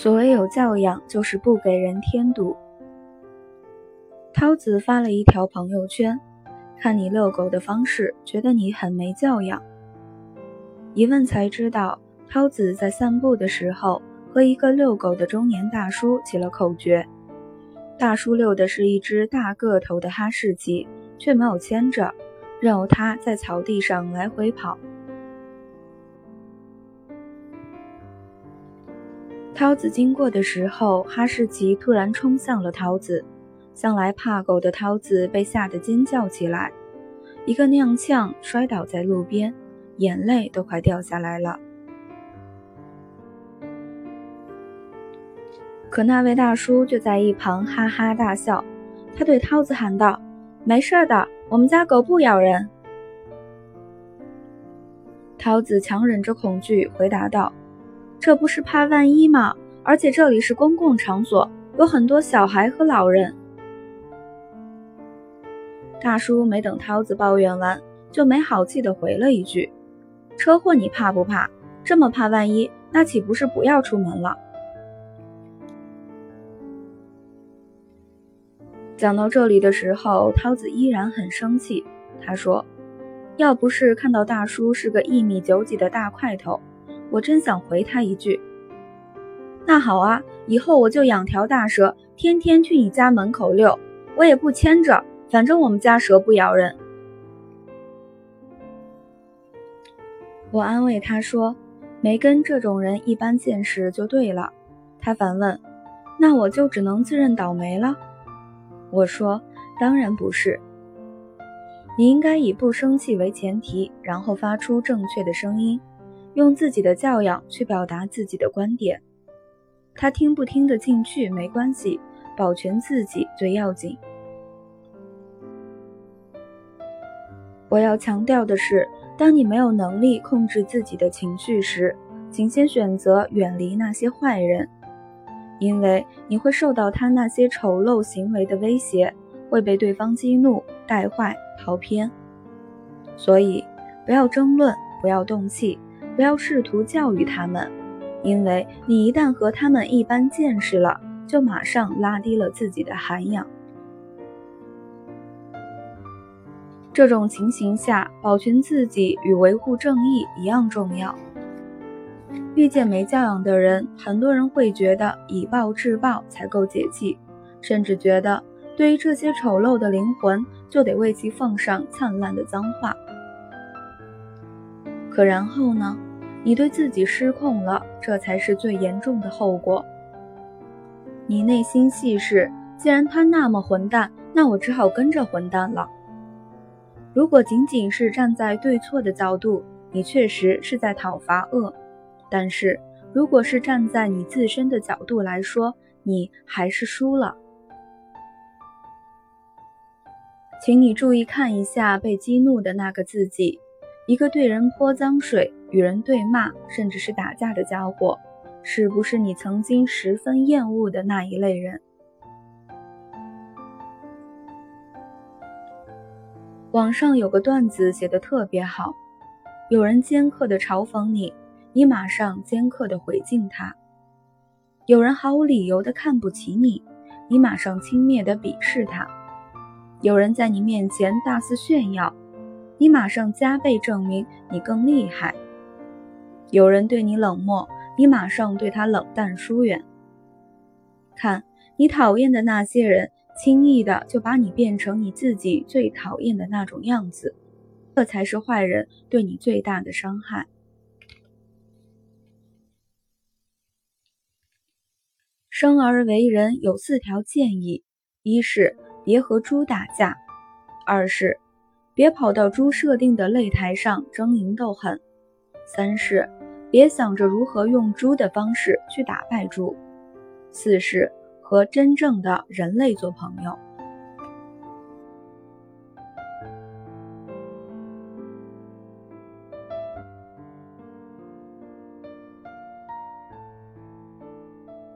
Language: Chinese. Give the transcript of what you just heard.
所谓有教养，就是不给人添堵。涛子发了一条朋友圈，看你遛狗的方式，觉得你很没教养。一问才知道，涛子在散步的时候和一个遛狗的中年大叔起了口诀。大叔遛的是一只大个头的哈士奇，却没有牵着，任由它在草地上来回跑。涛子经过的时候，哈士奇突然冲向了涛子，向来怕狗的涛子被吓得尖叫起来，一个踉跄摔倒在路边，眼泪都快掉下来了。可那位大叔就在一旁哈哈大笑，他对涛子喊道：“没事的，我们家狗不咬人。”涛子强忍着恐惧回答道：“这不是怕万一吗？而且这里是公共场所，有很多小孩和老人。”大叔没等涛子抱怨完，就没好气地回了一句：“车祸你怕不怕？这么怕万一，那岂不是不要出门了？”讲到这里的时候，涛子依然很生气。他说：“要不是看到大叔是个1米9几的大块头，我真想回他一句，那好啊，以后我就养条大蛇，天天去你家门口遛，我也不牵着，反正我们家蛇不咬人。”我安慰他说：“没跟这种人一般见识就对了。”他反问：“那我就只能自认倒霉了？”我说：“当然不是，你应该以不生气为前提，然后发出正确的声音，用自己的教养去表达自己的观点。他听不听得进去没关系，保全自己最要紧。”我要强调的是，当你没有能力控制自己的情绪时，请先选择远离那些坏人，因为你会受到他那些丑陋行为的威胁，会被对方激怒、带坏、跑偏。所以，不要争论，不要动气，不要试图教育他们，因为你一旦和他们一般见识了，就马上拉低了自己的涵养。这种情形下，保全自己与维护正义一样重要。遇见没教养的人，很多人会觉得以暴制暴才够解气，甚至觉得对于这些丑陋的灵魂，就得为其奉上灿烂的脏话。可然后呢？你对自己失控了，这才是最严重的后果。你内心戏是，既然他那么混蛋，那我只好跟着混蛋了。如果仅仅是站在对错的角度，你确实是在讨伐恶，但是如果是站在你自身的角度来说，你还是输了。请你注意看一下被激怒的那个自己，一个对人泼脏水、与人对骂，甚至是打架的家伙，是不是你曾经十分厌恶的那一类人？网上有个段子写得特别好，有人尖刻地嘲讽你，你马上尖刻地回敬他；有人毫无理由地看不起你，你马上轻蔑地鄙视他；有人在你面前大肆炫耀，你马上加倍证明你更厉害；有人对你冷漠，你马上对他冷淡疏远。看，你讨厌的那些人，轻易的就把你变成你自己最讨厌的那种样子，这才是坏人对你最大的伤害。生而为人有4条建议：一是别和猪打架；二是别跑到猪设定的擂台上争赢斗狠；三是别想着如何用猪的方式去打败猪；四是和真正的人类做朋友。